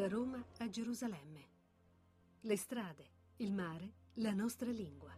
Da Roma a Gerusalemme. Le strade, il mare, la nostra lingua.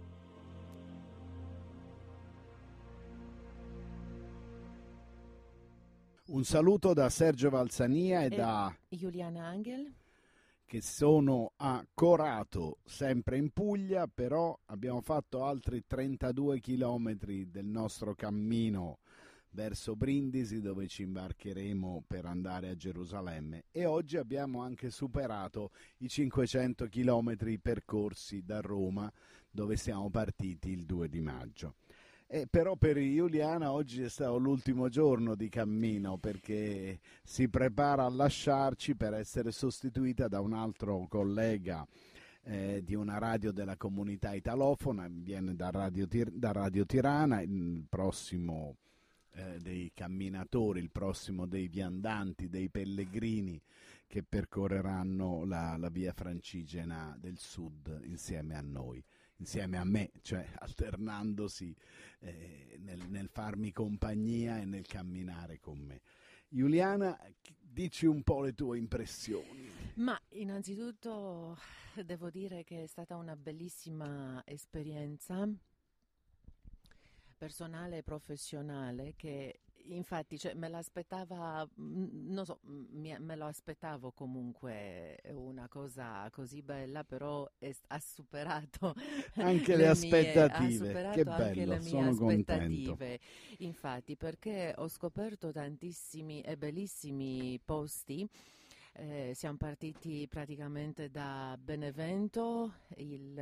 Un saluto da Sergio Valsania e da Juliana Angel, che sono a Corato, sempre in Puglia, però abbiamo fatto altri 32 chilometri del nostro cammino verso Brindisi, dove ci imbarcheremo per andare a Gerusalemme, e oggi abbiamo anche superato i 500 chilometri percorsi da Roma, dove siamo partiti il 2 di maggio. Però per Giuliana oggi è stato l'ultimo giorno di cammino, perché si prepara a lasciarci per essere sostituita da un altro collega di una radio della comunità italofona, viene da Radio Tirana, il prossimo dei camminatori, il prossimo dei viandanti, dei pellegrini che percorreranno la via Francigena del Sud insieme a noi, insieme a me, cioè alternandosi nel farmi compagnia e nel camminare con me. Giuliana, dici un po' le tue impressioni. Ma innanzitutto devo dire che è stata una bellissima esperienza personale e professionale, che infatti me l'aspettava, non so, me lo aspettavo comunque una cosa così bella, però ha superato anche le aspettative. Che anche bello, le mie sono aspettative. contento. Infatti, perché ho scoperto tantissimi e bellissimi posti. Siamo partiti praticamente da Benevento il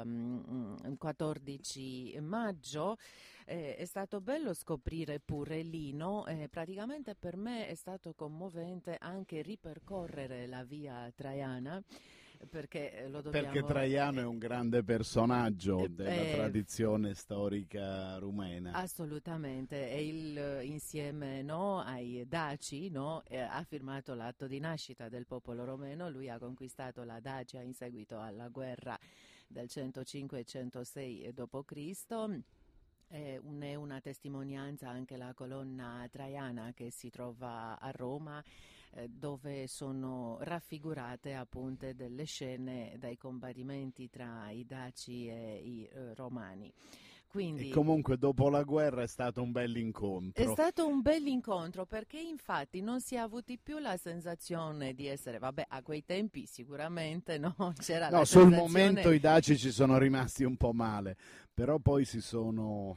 14 maggio. È stato bello scoprire pure Lino. Praticamente per me è stato commovente anche ripercorrere la via Traiana, perché lo dobbiamo... Perché Traiano è un grande personaggio della tradizione storica rumena. Assolutamente, e insieme ai Daci ha firmato l'atto di nascita del popolo romeno. Lui ha conquistato la Dacia in seguito alla guerra del 105 e 106 d.C. È una testimonianza anche la colonna Traiana che si trova a Roma, dove sono raffigurate appunto delle scene dai combattimenti tra i Daci e i Romani. Quindi, e comunque dopo la guerra è stato un bell'incontro. È stato un bell'incontro, perché infatti non si è avuti più la sensazione di essere, vabbè, a quei tempi sicuramente c'era la sul sensazione... momento i daci ci sono rimasti un po' male, però poi si sono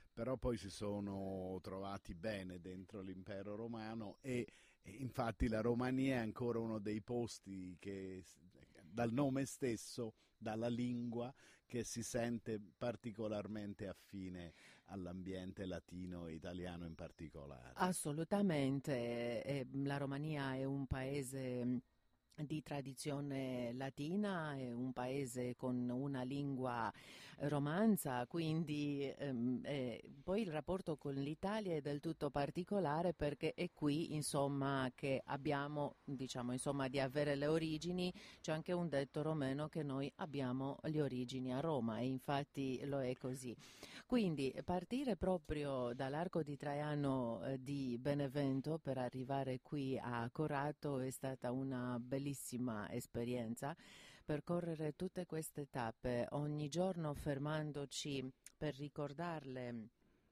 trovati bene dentro l'impero romano, e infatti la Romania è ancora uno dei posti che, dal nome stesso, dalla lingua, che si sente particolarmente affine all'ambiente latino e italiano in particolare. Assolutamente, la Romania è un paese di tradizione latina, è un paese con una lingua romanza, quindi poi il rapporto con l'Italia è del tutto particolare, perché è qui insomma che abbiamo, diciamo insomma, di avere le origini. C'è anche un detto romeno che noi abbiamo le origini a Roma, e infatti lo è così. Quindi partire proprio dall'Arco di Traiano di Benevento per arrivare qui a Corato è stata una bellissima esperienza, percorrere tutte queste tappe, ogni giorno fermandoci per ricordarle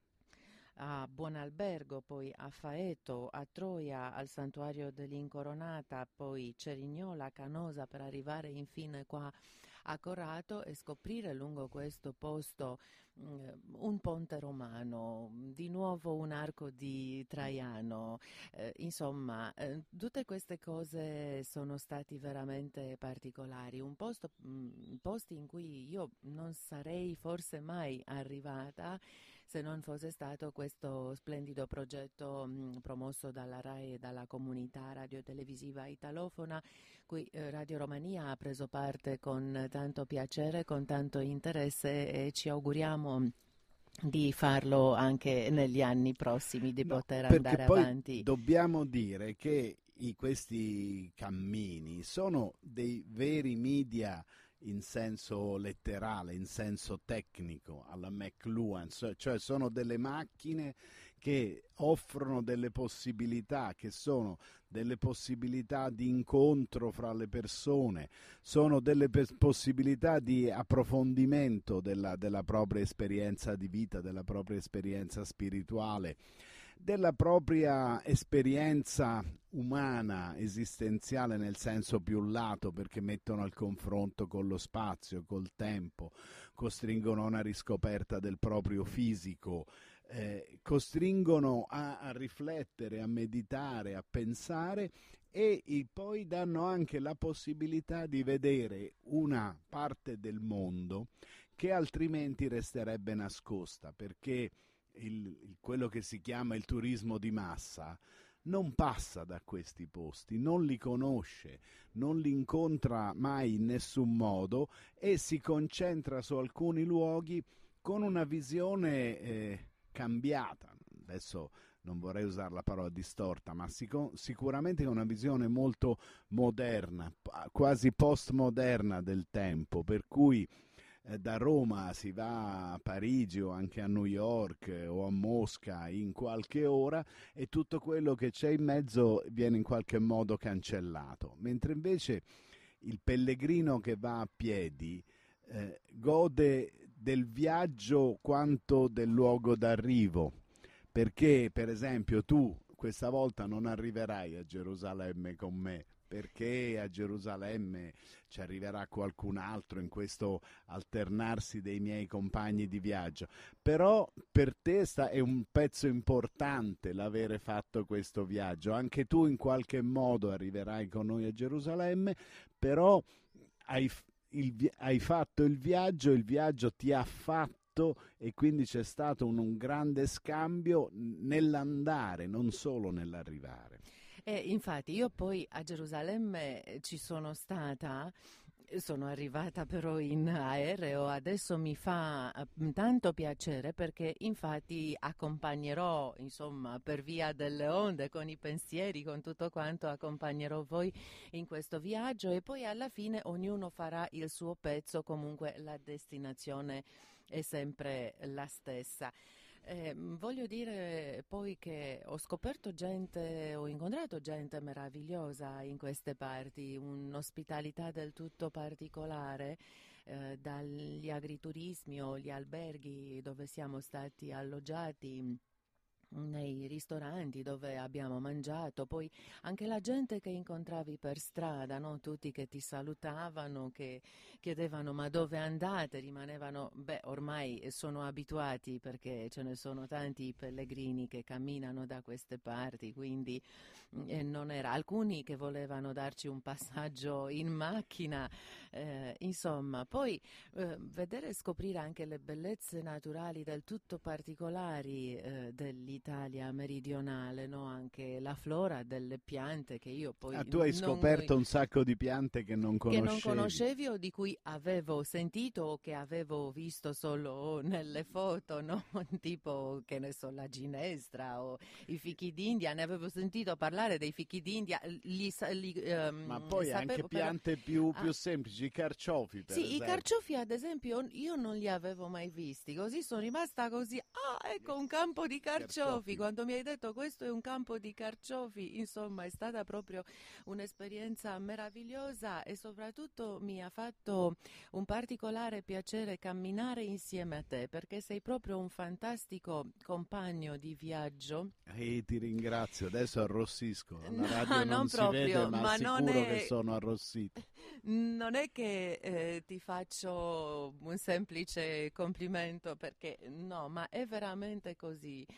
a Buonalbergo, poi a Faeto, a Troia, al santuario dell'Incoronata, poi Cerignola, Canosa, per arrivare infine qua a Corato e scoprire lungo questo posto un ponte romano, di nuovo un arco di Traiano, insomma tutte queste cose sono stati veramente particolari, posti in cui io non sarei forse mai arrivata se non fosse stato questo splendido progetto promosso dalla RAI e dalla comunità radiotelevisiva italofona, cui Radio Romania ha preso parte con tanto piacere, con tanto interesse, e ci auguriamo di farlo anche negli anni prossimi, di poter andare avanti. Dobbiamo dire che questi cammini sono dei veri media in senso letterale, in senso tecnico, alla McLuhan, cioè sono delle macchine che offrono delle possibilità, che sono delle possibilità di incontro fra le persone, sono delle possibilità di approfondimento della propria esperienza di vita, della propria esperienza spirituale, della propria esperienza umana, esistenziale nel senso più lato, perché mettono al confronto con lo spazio, col tempo, costringono a una riscoperta del proprio fisico, costringono a riflettere, a meditare, a pensare, e poi danno anche la possibilità di vedere una parte del mondo che altrimenti resterebbe nascosta, perché quello che si chiama il turismo di massa non passa da questi posti, non li conosce, non li incontra mai in nessun modo e si concentra su alcuni luoghi con una visione cambiata. Adesso non vorrei usare la parola distorta, ma sicuramente con una visione molto moderna, quasi postmoderna del tempo, per cui da Roma si va a Parigi o anche a New York o a Mosca in qualche ora e tutto quello che c'è in mezzo viene in qualche modo cancellato, mentre invece il pellegrino che va a piedi gode del viaggio quanto del luogo d'arrivo, perché per esempio tu questa volta non arriverai a Gerusalemme con me, perché a Gerusalemme ci arriverà qualcun altro in questo alternarsi dei miei compagni di viaggio, però per te è un pezzo importante l'avere fatto questo viaggio, anche tu in qualche modo arriverai con noi a Gerusalemme, però hai fatto il viaggio ti ha fatto e quindi c'è stato un grande scambio nell'andare, non solo nell'arrivare. Infatti io poi a Gerusalemme ci sono stata, sono arrivata però in aereo, adesso mi fa tanto piacere perché infatti accompagnerò, insomma, per via delle onde, con i pensieri, con tutto quanto, accompagnerò voi in questo viaggio e poi alla fine ognuno farà il suo pezzo, comunque la destinazione è sempre la stessa. Voglio dire poi che ho incontrato gente meravigliosa in queste parti, un'ospitalità del tutto particolare, dagli agriturismi o gli alberghi dove siamo stati alloggiati, nei ristoranti dove abbiamo mangiato, poi anche la gente che incontravi per strada, no? Tutti che ti salutavano, che chiedevano ma dove andate, rimanevano, ormai sono abituati perché ce ne sono tanti pellegrini che camminano da queste parti, quindi non era, alcuni che volevano darci un passaggio in macchina, insomma, poi vedere e scoprire anche le bellezze naturali del tutto particolari dell'Italia meridionale, no? Anche la flora delle piante che io poi tu hai scoperto un sacco di piante che non conoscevi o di cui avevo sentito o che avevo visto solo nelle foto, no? Tipo, che ne so, la ginestra o i fichi d'India, ne avevo sentito parlare dei fichi d'India, ma poi anche piante più semplici, i carciofi per esempio. I carciofi ad esempio io non li avevo mai visti, così sono rimasta così, ecco un campo di carciofi, quando mi hai detto questo è un campo di carciofi, insomma è stata proprio un'esperienza meravigliosa e soprattutto mi ha fatto un particolare piacere camminare insieme a te, perché sei proprio un fantastico compagno di viaggio. Ti ringrazio, adesso arrossisco, alla radio non non si proprio, vede, ma sicuro che sono arrossito. Non è che ti faccio un semplice complimento, perché no, ma è veramente così.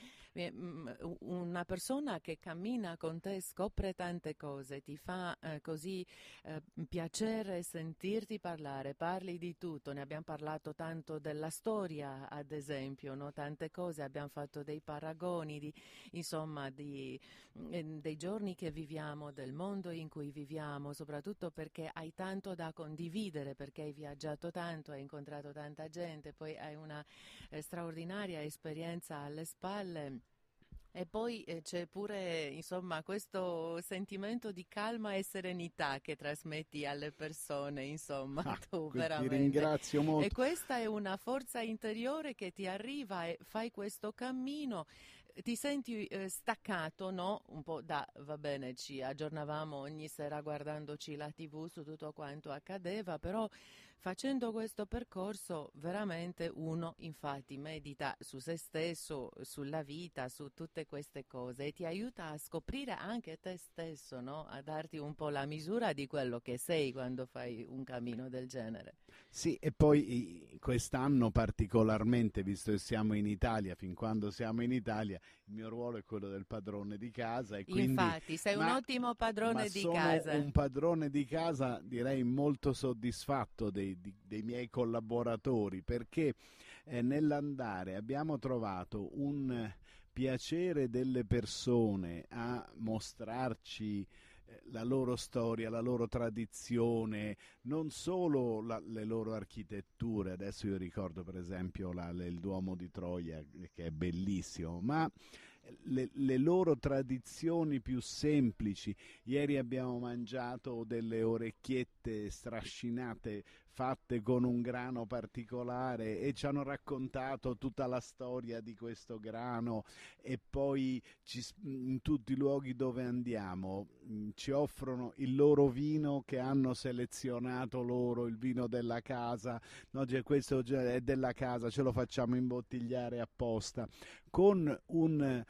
Una persona che cammina con te scopre tante cose, ti fa così piacere sentirti parlare, parli di tutto, ne abbiamo parlato tanto della storia ad esempio, no? Tante cose, abbiamo fatto dei paragoni, insomma dei giorni che viviamo, del mondo in cui viviamo, soprattutto perché hai tanto da condividere, perché hai viaggiato tanto, hai incontrato tanta gente, poi hai una straordinaria esperienza alle spalle. E poi c'è pure, insomma, questo sentimento di calma e serenità che trasmetti alle persone, insomma, tu veramente. Ti ringrazio molto. E questa è una forza interiore che ti arriva e fai questo cammino ti senti staccato, no? Un po' va bene, ci aggiornavamo ogni sera guardandoci la TV su tutto quanto accadeva, però facendo questo percorso veramente uno infatti medita su se stesso, sulla vita, su tutte queste cose e ti aiuta a scoprire anche te stesso, no? A darti un po' la misura di quello che sei quando fai un cammino del genere. Sì, e poi quest'anno particolarmente, visto che siamo in Italia, fin quando siamo in Italia, il mio ruolo è quello del padrone di casa e quindi... Infatti, sei un ottimo padrone di sono casa. un padrone di casa, direi molto soddisfatto dei miei collaboratori, perché nell'andare abbiamo trovato un piacere delle persone a mostrarci la loro storia, la loro tradizione, non solo le loro architetture. Adesso io ricordo per esempio il Duomo di Troia, che è bellissimo, ma le loro tradizioni più semplici. Ieri abbiamo mangiato delle orecchiette strascinate fatte con un grano particolare e ci hanno raccontato tutta la storia di questo grano, e poi in tutti i luoghi dove andiamo ci offrono il loro vino che hanno selezionato loro, il vino della casa, no, questo è della casa, ce lo facciamo imbottigliare apposta, con un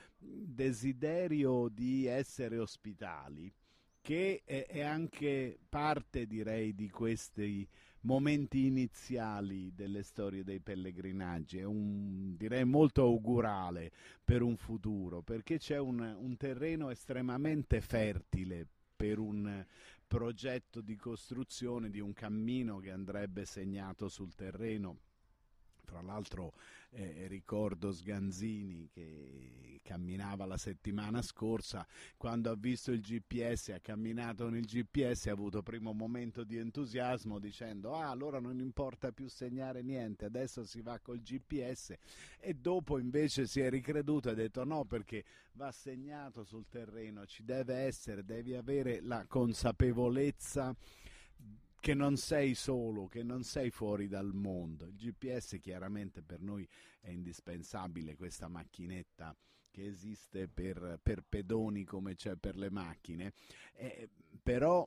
desiderio di essere ospitali, che è anche parte, direi, di questi momenti iniziali delle storie dei pellegrinaggi. È direi molto augurale per un futuro, perché c'è un terreno estremamente fertile per un progetto di costruzione di un cammino che andrebbe segnato sul terreno. Tra l'altro ricordo Sganzini che camminava la settimana scorsa, quando ha visto il GPS, ha camminato nel GPS, ha avuto primo momento di entusiasmo dicendo allora non importa più segnare niente, adesso si va col GPS, e dopo invece si è ricreduto e ha detto no, perché va segnato sul terreno, ci deve essere, devi avere la consapevolezza che non sei solo, che non sei fuori dal mondo. Il GPS chiaramente per noi è indispensabile, questa macchinetta che esiste per pedoni come c'è per le macchine, però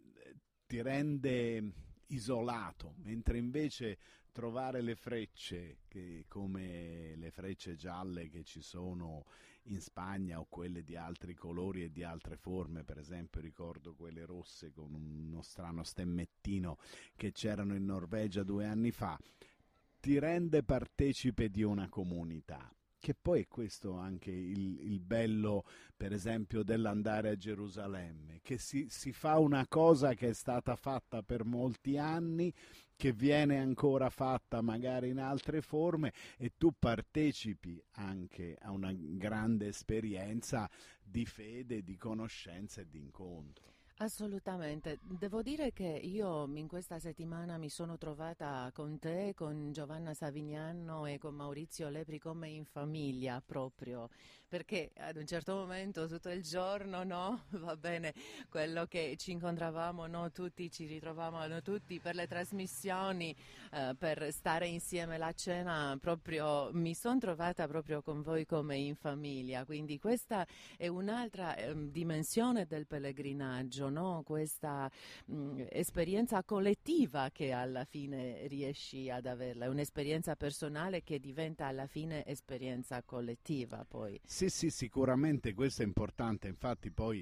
ti rende isolato, mentre invece trovare le frecce, come le frecce gialle che ci sono in Spagna, o quelle di altri colori e di altre forme, per esempio ricordo quelle rosse con uno strano stemmettino che c'erano in Norvegia 2 anni fa, ti rende partecipe di una comunità. Che poi è questo anche il bello, per esempio, dell'andare a Gerusalemme, che si fa una cosa che è stata fatta per molti anni, che viene ancora fatta magari in altre forme, e tu partecipi anche a una grande esperienza di fede, di conoscenza e di incontro. Assolutamente. Devo dire che io in questa settimana mi sono trovata con te, con Giovanna Savignano e con Maurizio Lepri come in famiglia proprio, perché ad un certo momento tutto il giorno, no? Va bene, quello che ci incontravamo, no? Tutti ci ritrovavamo, tutti per le trasmissioni, per stare insieme la cena, proprio mi sono trovata proprio con voi come in famiglia, quindi questa è un'altra dimensione del pellegrinaggio. No? Questa esperienza collettiva che alla fine riesci ad averla, è un'esperienza personale che diventa alla fine esperienza collettiva poi. Sì, sicuramente questo è importante, infatti poi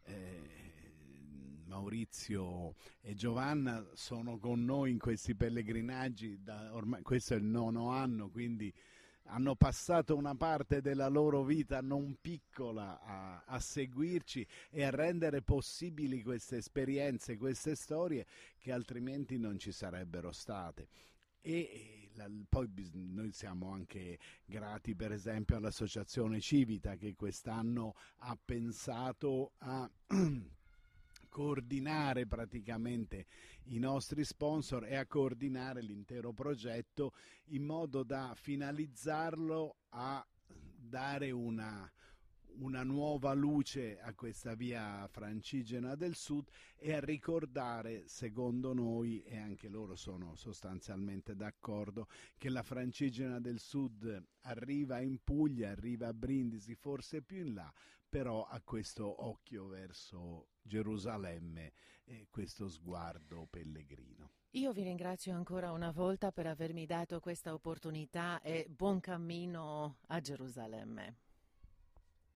Maurizio e Giovanna sono con noi in questi pellegrinaggi, ormai questo è il 9º anno, quindi hanno passato una parte della loro vita non piccola a seguirci e a rendere possibili queste esperienze, queste storie che altrimenti non ci sarebbero state. E poi noi siamo anche grati per esempio all'associazione Civita, che quest'anno ha pensato a coordinare praticamente i nostri sponsor e a coordinare l'intero progetto in modo da finalizzarlo a dare una nuova luce a questa via Francigena del Sud e a ricordare, secondo noi, e anche loro sono sostanzialmente d'accordo, che la Francigena del Sud arriva in Puglia, arriva a Brindisi, forse più in là, però ha questo occhio verso Gerusalemme e questo sguardo pellegrino. Io vi ringrazio ancora una volta per avermi dato questa opportunità e buon cammino a Gerusalemme.